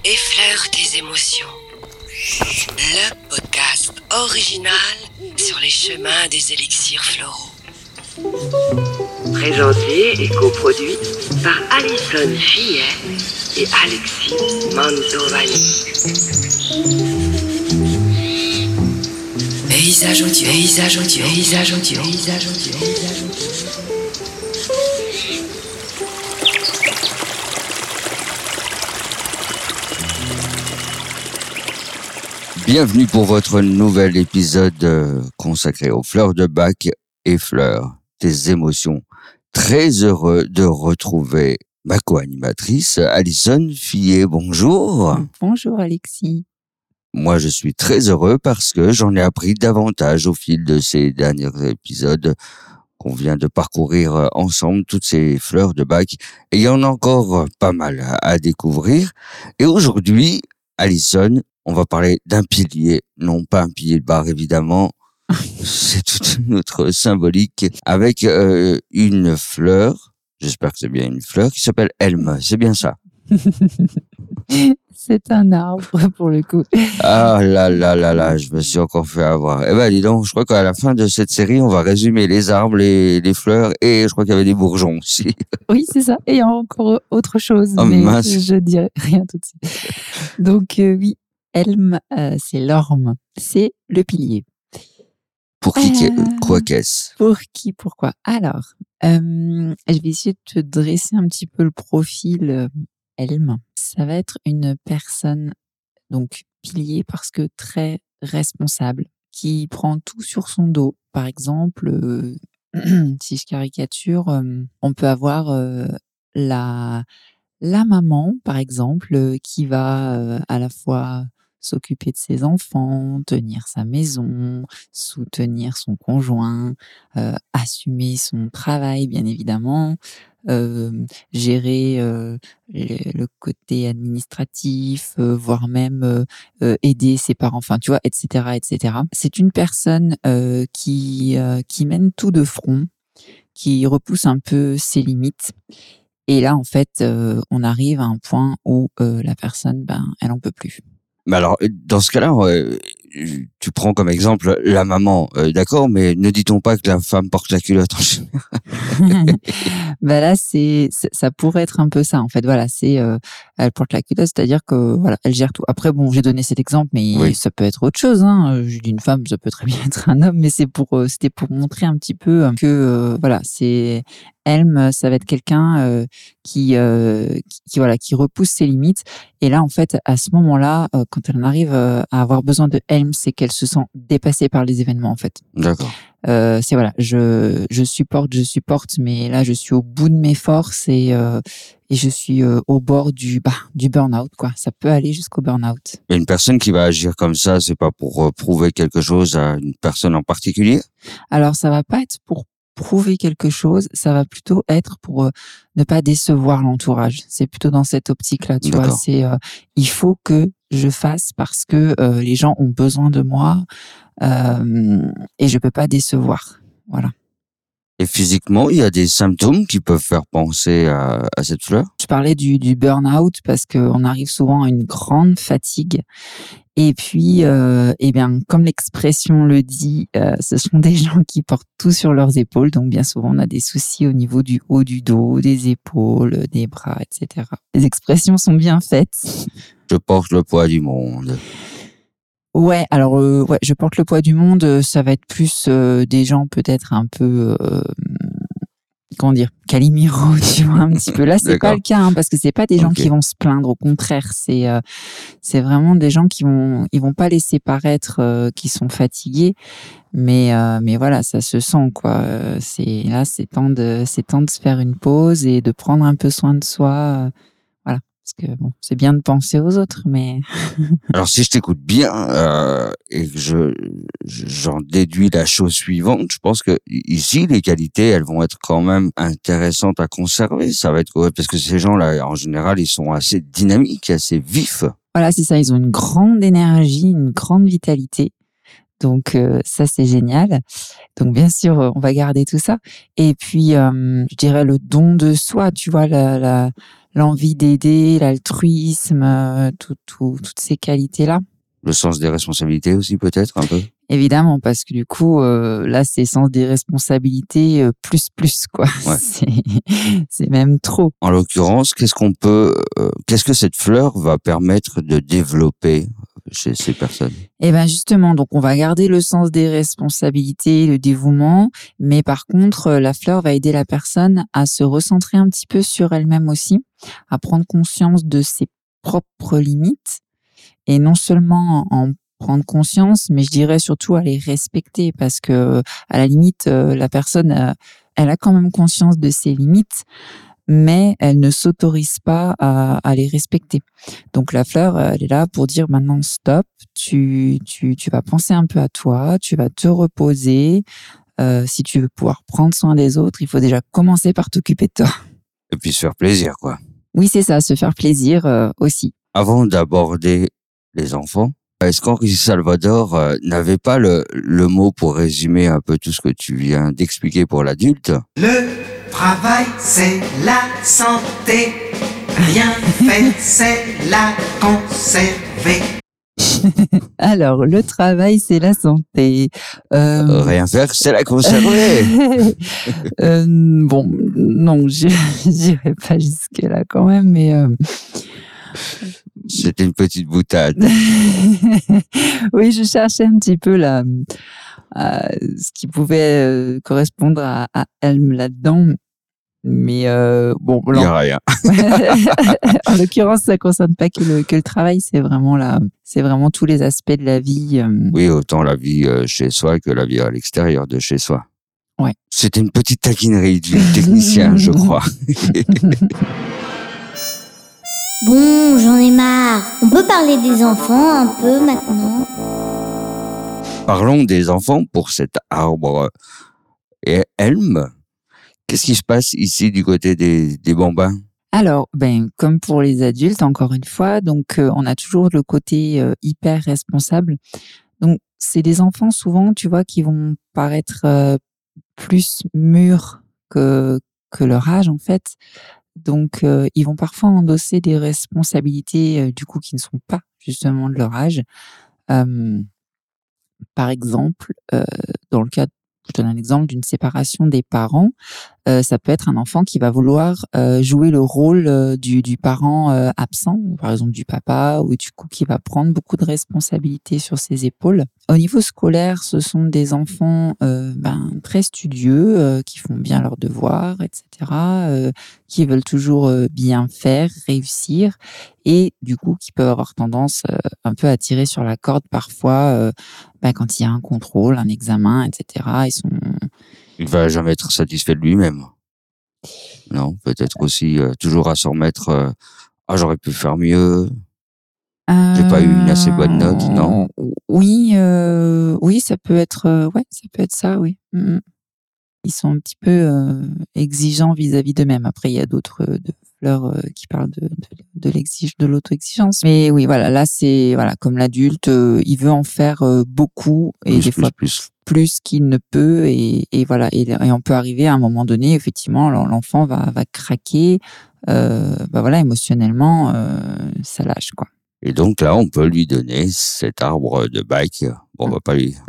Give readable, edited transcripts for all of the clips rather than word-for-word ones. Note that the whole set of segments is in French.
Effleure tes émotions. Le podcast original sur les chemins des élixirs floraux. Présenté et coproduit par Alison Fillet et Alexis Mantovani. Paysage audio, paysage audio, paysage audio, paysage audio, paysage audio. Bienvenue pour votre nouvel épisode consacré aux fleurs de bac et fleurs des émotions. Très heureux de retrouver ma co-animatrice Alison Fillet. Bonjour. Bonjour Alexis. Moi, je suis très heureux parce que j'en ai appris davantage au fil de ces derniers épisodes qu'on vient de parcourir ensemble, toutes ces fleurs de bac. Et il y en a encore pas mal à découvrir. Et aujourd'hui, Alison, on va parler d'un pilier, non pas un pilier de bar évidemment, c'est toute une autre symbolique, avec une fleur, j'espère que c'est bien une fleur, qui s'appelle Elm, c'est bien ça? C'est un arbre pour le coup. Ah là là là là, je me suis encore fait avoir. Eh ben dis donc, je crois qu'à la fin de cette série, on va résumer les arbres, les fleurs, et je crois qu'il y avait des bourgeons aussi. Oui, c'est ça. Et il y a encore autre chose, Oh, mais mince. je dirais rien tout de suite. Donc oui, Elm, c'est l'orme, c'est le pilier. Pour qui, quoi qu'est-ce? Pour qui, pourquoi? Alors, je vais essayer de te dresser un petit peu le profil Elm. Ça va être une personne, donc pilier parce que très responsable, qui prend tout sur son dos. Par exemple, si je caricature, on peut avoir la maman, par exemple, qui va à la fois s'occuper de ses enfants, tenir sa maison, soutenir son conjoint, assumer son travail, bien évidemment, gérer le côté administratif, voire même aider ses parents, enfin, tu vois, etc., etc. C'est une personne qui mène tout de front, qui repousse un peu ses limites. Et là, en fait, on arrive à un point où la personne, elle en peut plus. Mais alors, dans ce cas-là, tu prends comme exemple la maman, d'accord, mais ne dit-on pas que la femme porte la culotte en général? Là, ça pourrait être un peu ça. En fait, voilà, elle porte la culotte, c'est-à-dire que voilà, elle gère tout. Après, bon, j'ai donné cet exemple, mais Oui. ça peut être autre chose. Hein. Je dis une femme, ça peut très bien être un homme, mais c'était pour montrer un petit peu que voilà, Elm, ça va être quelqu'un qui repousse ses limites. Et là, en fait, à ce moment-là, quand elle en arrive à avoir besoin de Elm, c'est qu'elle se sent dépassée par les événements, en fait. D'accord. C'est voilà, je supporte, mais là, je suis au bout de mes forces et je suis au bord du burn-out, quoi. Ça peut aller jusqu'au burn-out. Et une personne qui va agir comme ça, c'est pas pour prouver quelque chose à une personne en particulier? Alors, ça va pas être pour prouver quelque chose, ça va plutôt être pour ne pas décevoir l'entourage. C'est plutôt dans cette optique-là, tu vois. D'accord. C'est il faut que je fasse parce que les gens ont besoin de moi et je peux pas décevoir. Voilà. Et physiquement, il y a des symptômes qui peuvent faire penser à cette fleur? Je parlais du burn-out parce qu'on arrive souvent à une grande fatigue. Et puis, comme l'expression le dit, ce sont des gens qui portent tout sur leurs épaules. Donc, bien souvent, on a des soucis au niveau du haut du dos, des épaules, des bras, etc. Les expressions sont bien faites. Je porte le poids du monde. Ouais, alors, je porte le poids du monde. Ça va être plus des gens peut-être un peu... comment dire, Calimero, tu vois, un petit peu. Là, c'est pas le cas, hein, parce que c'est pas des gens qui vont se plaindre. Au contraire, c'est vraiment des gens ils vont pas laisser paraître qu'ils sont fatigués, mais voilà, ça se sent, quoi. C'est temps de se faire une pause et de prendre un peu soin de soi. Voilà, parce que bon, c'est bien de penser aux autres, mais Alors, si je t'écoute bien et que j'en déduis la chose suivante, je pense que ici, les qualités, elles vont être quand même intéressantes à conserver. Ça va être correct parce que ces gens-là, en général, ils sont assez dynamiques, assez vifs. voilà, c'est ça. Ils ont une grande énergie, une grande vitalité. Donc ça, c'est génial. Donc bien sûr, on va garder tout ça. Et puis, je dirais le don de soi, tu vois, l'envie d'aider, l'altruisme, toutes ces qualités-là. Le sens des responsabilités aussi, peut-être, un peu? Évidemment, parce que du coup, là, c'est sens des responsabilités plus, quoi. Ouais. C'est même trop. En l'occurrence, qu'est-ce que cette fleur va permettre de développer chez ces personnes? Et ben justement, donc on va garder le sens des responsabilités, le dévouement, mais par contre, la fleur va aider la personne à se recentrer un petit peu sur elle-même aussi, à prendre conscience de ses propres limites, et non seulement en prendre conscience, mais je dirais surtout à les respecter, parce que à la limite, la personne, elle a quand même conscience de ses limites, mais elle ne s'autorise pas à les respecter. Donc la fleur, elle est là pour dire maintenant stop, tu vas penser un peu à toi, tu vas te reposer. Si tu veux pouvoir prendre soin des autres, il faut déjà commencer par t'occuper de toi. Et puis se faire plaisir, quoi. Oui, c'est ça, se faire plaisir aussi. Avant d'aborder les enfants, est-ce qu'Henri Salvador n'avait pas le mot pour résumer un peu tout ce que tu viens d'expliquer pour l'adulte? Le travail, c'est la santé. Rien fait, c'est la conserver. Alors, le travail, c'est la santé. Rien faire, c'est la conserver. Bon, non, j'irai pas jusque-là quand même, mais... C'était une petite boutade. Oui, je cherchais un petit peu ce qui pouvait correspondre à Helm là-dedans. Mais bon, Il n'y a rien. En l'occurrence, ça concerne pas que le travail, c'est vraiment tous les aspects de la vie. Oui, autant la vie chez soi que la vie à l'extérieur de chez soi. Ouais. C'était une petite taquinerie du technicien, je crois. Bon, j'en ai marre. On peut parler des enfants un peu maintenant. Parlons des enfants pour cet arbre. Et Helm, qu'est-ce qui se passe ici du côté des bambins? Alors, comme pour les adultes, encore une fois, donc on a toujours le côté hyper responsable. Donc, c'est des enfants souvent, tu vois, qui vont paraître plus mûrs que leur âge, en fait. Donc, ils vont parfois endosser des responsabilités, du coup, qui ne sont pas justement de leur âge. Par exemple, dans le cas, je donne un exemple d'une séparation des parents, ça peut être un enfant qui va vouloir jouer le rôle du parent absent, par exemple du papa, ou du coup qui va prendre beaucoup de responsabilités sur ses épaules. Au niveau scolaire, ce sont des enfants très studieux, qui font bien leurs devoirs, etc., qui veulent toujours bien faire, réussir, et du coup qui peuvent avoir tendance un peu à tirer sur la corde parfois quand il y a un contrôle, un examen, etc. Il ne va jamais être satisfait de lui-même. Non, peut-être aussi toujours à s'en remettre. J'aurais pu faire mieux. J'ai pas eu une assez bonne note, non? Oui, ça peut être, ça peut être ça, oui. Ils sont un petit peu exigeants vis-à-vis d'eux-mêmes. Après, il y a d'autres fleurs qui parlent de l'auto-exigence. Mais oui, voilà, là c'est comme l'adulte, il veut en faire beaucoup et des fois plus qu'il ne peut, et voilà, et on peut arriver à un moment donné, effectivement, l'enfant va craquer, émotionnellement, ça lâche, quoi. Et donc là, on peut lui donner cet arbre de bac. Bon, on va pas lui.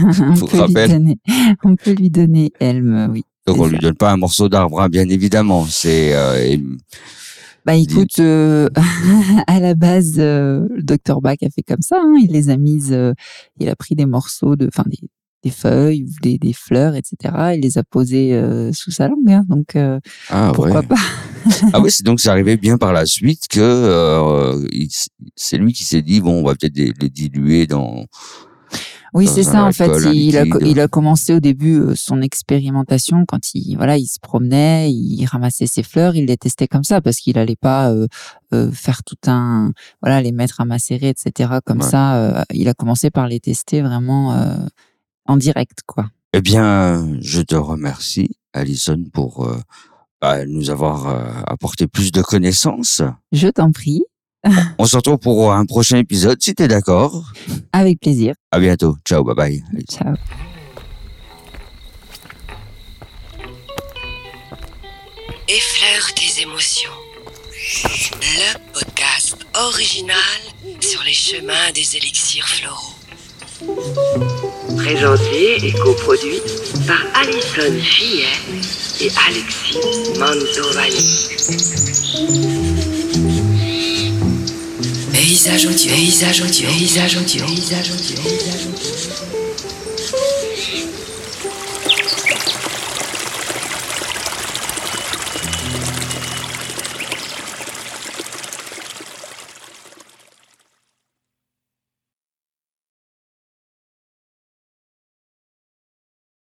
On peut lui donner Helm, oui. Donc on lui donne pas un morceau d'arbre, hein, bien évidemment. C'est. Écoute, à la base, le docteur Bach a fait comme ça. Hein, il les a mises. Il a pris des morceaux des feuilles ou des fleurs, etc. Il les a posées sous sa langue. Hein, donc pourquoi pas. Ah oui, donc c'est arrivé bien par la suite que c'est lui qui s'est dit bon, on va peut-être les diluer dans. Oui, c'est ça, en fait. Il a commencé au début son expérimentation quand il se promenait, il ramassait ses fleurs, il les testait comme ça parce qu'il allait pas faire les mettre à macérer, etc. comme ça. Il a commencé par les tester vraiment en direct, quoi. Eh bien, je te remercie, Alison, pour nous avoir apporté plus de connaissances. Je t'en prie. On se retrouve pour un prochain épisode, si t'es d'accord. Avec plaisir. À bientôt. Ciao, bye bye. Ciao. Effleure tes émotions. Le podcast original sur les chemins des élixirs floraux. Présenté et coproduit par Alison Fillet et Alexis Mantovani. Paysage audio.